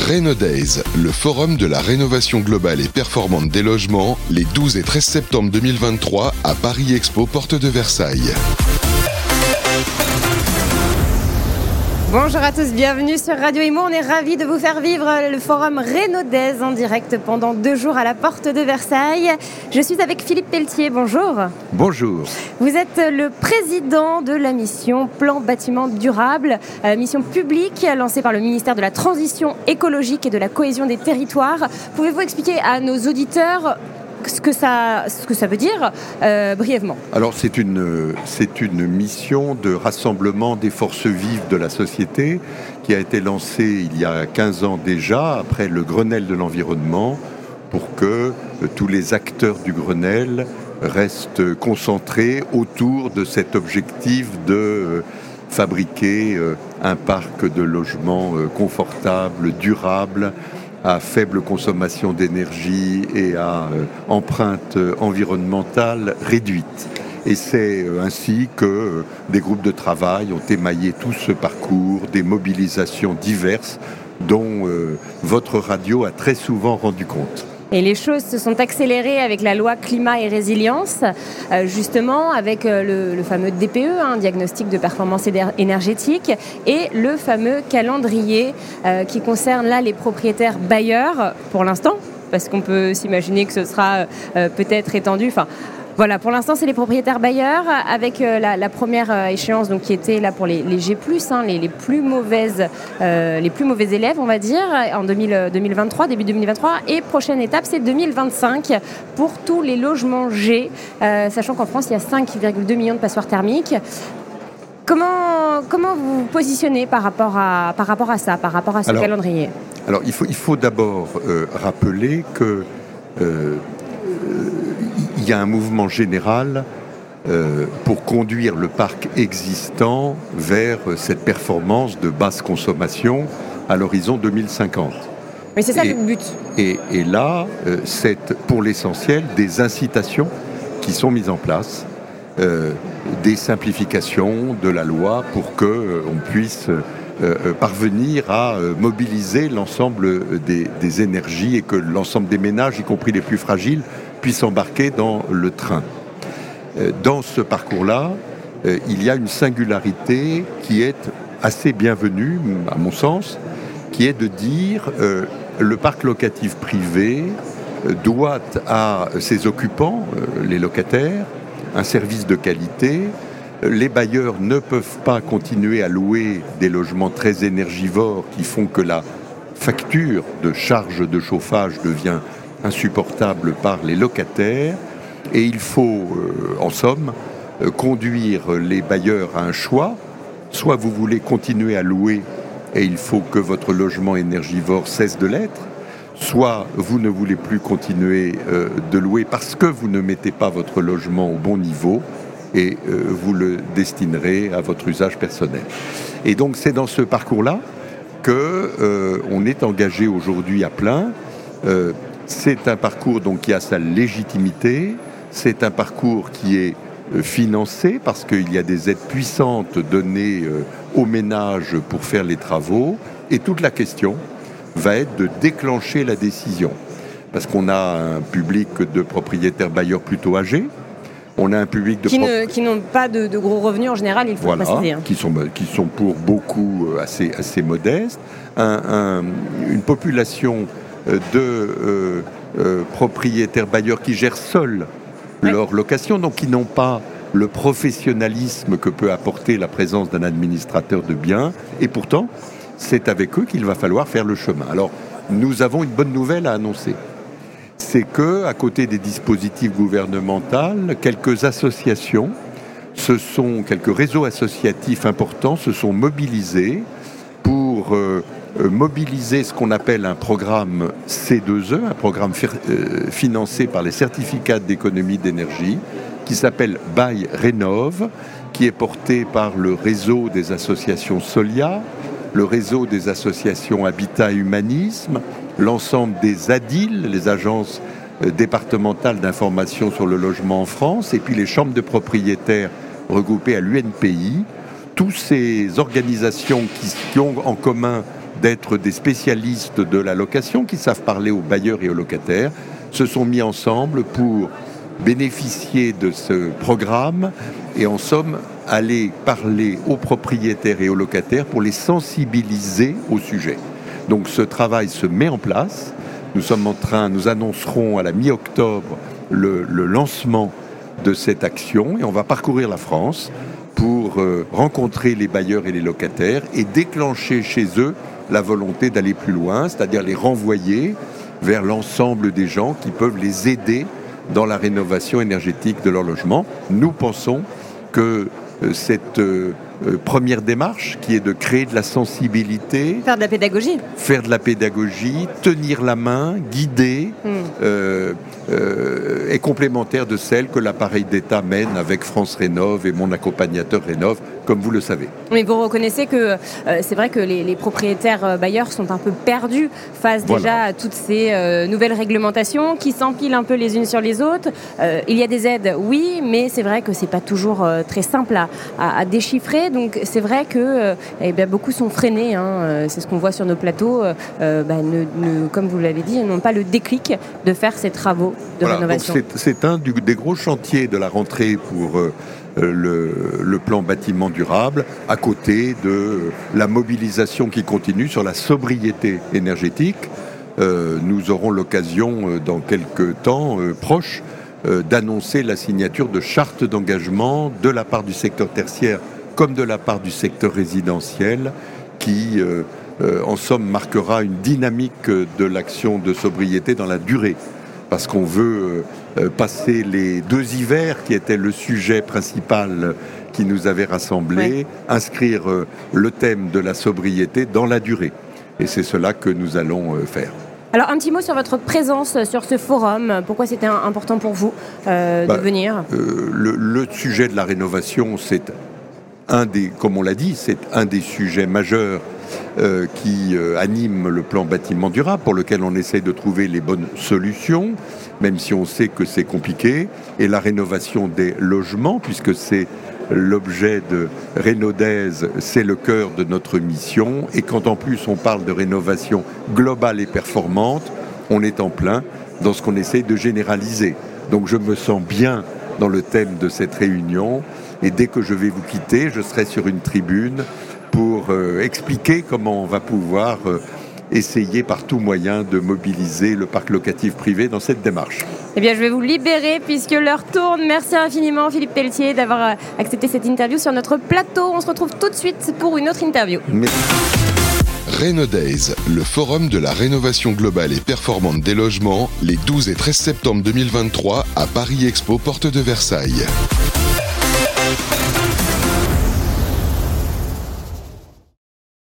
Renodays, le forum de la rénovation globale et performante des logements, les 12 et 13 septembre 2023 à Paris Expo, porte de Versailles. Bonjour à tous, bienvenue sur Radio Imo. On est ravis de vous faire vivre le forum Renodays en direct pendant 2 jours à la porte de Versailles. Je suis avec Philippe Pelletier, bonjour. Bonjour. Vous êtes le président de la mission Plan Bâtiment Durable, mission publique lancée par le ministère de la Transition écologique et de la cohésion des territoires. Pouvez-vous expliquer à nos auditeurs ce que ça veut dire brièvement? Alors c'est une mission de rassemblement des forces vives de la société qui a été lancée il y a 15 ans déjà, après le Grenelle de l'environnement, pour que tous les acteurs du Grenelle restent concentrés autour de cet objectif de fabriquer un parc de logements confortable, durable, à faible consommation d'énergie et à empreinte environnementale réduite. Et c'est ainsi que des groupes de travail ont émaillé tout ce parcours, des mobilisations diverses dont votre radio a très souvent rendu compte. Et les choses se sont accélérées avec la loi climat et résilience, justement avec le fameux DPE, diagnostic de performance énergétique, et le fameux calendrier qui concerne là les propriétaires bailleurs pour l'instant, parce qu'on peut s'imaginer que ce sera peut-être étendu. Voilà, pour l'instant, c'est les propriétaires bailleurs avec la première échéance donc, qui était là pour les G+, les plus mauvais élèves, on va dire, en 2023, début 2023. Et prochaine étape, c'est 2025 pour tous les logements G, sachant qu'en France, il y a 5,2 millions de passoires thermiques. Comment vous vous positionnez par rapport à ça, par rapport à ce calendrier? Alors, il faut d'abord rappeler que il y a un mouvement général pour conduire le parc existant vers cette performance de basse consommation à l'horizon 2050. Mais c'est ça le but. Et là, c'est pour l'essentiel des incitations qui sont mises en place, des simplifications de la loi pour qu'on puisse parvenir à mobiliser l'ensemble des énergies et que l'ensemble des ménages, y compris les plus fragiles, puissent embarquer dans le train. Dans ce parcours-là, il y a une singularité qui est assez bienvenue, à mon sens, qui est de dire le parc locatif privé doit à ses occupants, les locataires, un service de qualité. Les bailleurs ne peuvent pas continuer à louer des logements très énergivores qui font que la facture de charge de chauffage devient insupportable par les locataires, et il faut, en somme, conduire les bailleurs à un choix. Soit vous voulez continuer à louer et il faut que votre logement énergivore cesse de l'être, soit vous ne voulez plus continuer de louer parce que vous ne mettez pas votre logement au bon niveau et vous le destinerez à votre usage personnel. Et donc c'est dans ce parcours-là qu'on est engagé aujourd'hui à plein. C'est un parcours donc, qui a sa légitimité, c'est un parcours qui est financé parce qu'il y a des aides puissantes données aux ménages pour faire les travaux, et toute la question va être de déclencher la décision. Parce qu'on a un public de propriétaires bailleurs plutôt âgés, on a un public de qui n'ont pas de gros revenus en général, il faut le préciser. Qui sont pour beaucoup assez modestes, une population de propriétaires bailleurs qui gèrent seuls leur location, donc qui n'ont pas le professionnalisme que peut apporter la présence d'un administrateur de biens, et pourtant c'est avec eux qu'il va falloir faire le chemin. Alors nous avons une bonne nouvelle à annoncer, c'est que à côté des dispositifs gouvernementaux, quelques associations, quelques réseaux associatifs importants se sont mobilisés pour mobiliser ce qu'on appelle un programme C2E, un programme financé par les certificats d'économie d'énergie, qui s'appelle Bail Rénov', qui est porté par le réseau des associations Solia, le réseau des associations Habitat et Humanisme, l'ensemble des ADIL, les agences départementales d'information sur le logement en France, et puis les chambres de propriétaires regroupées à l'UNPI. Toutes ces organisations qui ont en commun d'être des spécialistes de la location qui savent parler aux bailleurs et aux locataires, se sont mis ensemble pour bénéficier de ce programme et en somme aller parler aux propriétaires et aux locataires pour les sensibiliser au sujet. Donc ce travail se met en place. Nous annoncerons à la mi-octobre le lancement de cette action et on va parcourir la France pour rencontrer les bailleurs et les locataires et déclencher chez eux la volonté d'aller plus loin, c'est-à-dire les renvoyer vers l'ensemble des gens qui peuvent les aider dans la rénovation énergétique de leur logement. Nous pensons que cette première démarche, qui est de créer de la sensibilité, faire de la pédagogie, tenir la main, guider, est complémentaire de celle que l'appareil d'État mène avec France Rénov et mon accompagnateur Rénov, comme vous le savez. Mais vous reconnaissez que c'est vrai que les propriétaires bailleurs sont un peu perdus face déjà à toutes ces nouvelles réglementations qui s'empilent un peu les unes sur les autres. Il y a des aides, oui, mais c'est vrai que c'est pas toujours très simple à déchiffrer. Donc c'est vrai que beaucoup sont freinés. C'est ce qu'on voit sur nos plateaux. Comme vous l'avez dit, n'ont pas le déclic de faire ces travaux de rénovation. Donc c'est un des gros chantiers de la rentrée pour le plan bâtiment durable, à côté de la mobilisation qui continue sur la sobriété énergétique. Nous aurons l'occasion dans quelques temps proches d'annoncer la signature de chartes d'engagement de la part du secteur tertiaire comme de la part du secteur résidentiel qui, en somme, marquera une dynamique de l'action de sobriété dans la durée. Parce qu'on veut passer les 2 hivers qui étaient le sujet principal qui nous avait rassemblés, inscrire le thème de la sobriété dans la durée. Et c'est cela que nous allons faire. Alors un petit mot sur votre présence sur ce forum. Pourquoi c'était important pour vous de venir ? Le sujet de la rénovation, c'est comme on l'a dit, c'est un des sujets majeurs qui anime le plan bâtiment durable, pour lequel on essaie de trouver les bonnes solutions, même si on sait que c'est compliqué. Et la rénovation des logements, puisque c'est l'objet de Rénodaise, c'est le cœur de notre mission. Et quand en plus on parle de rénovation globale et performante, on est en plein dans ce qu'on essaie de généraliser. Donc je me sens bien dans le thème de cette réunion. Et dès que je vais vous quitter, je serai sur une tribune pour expliquer comment on va pouvoir essayer par tout moyen de mobiliser le parc locatif privé dans cette démarche. Eh bien, je vais vous libérer puisque l'heure tourne. Merci infiniment, Philippe Pelletier, d'avoir accepté cette interview sur notre plateau. On se retrouve tout de suite pour une autre interview. Merci. Rénodays, le forum de la rénovation globale et performante des logements, les 12 et 13 septembre 2023 à Paris Expo, porte de Versailles.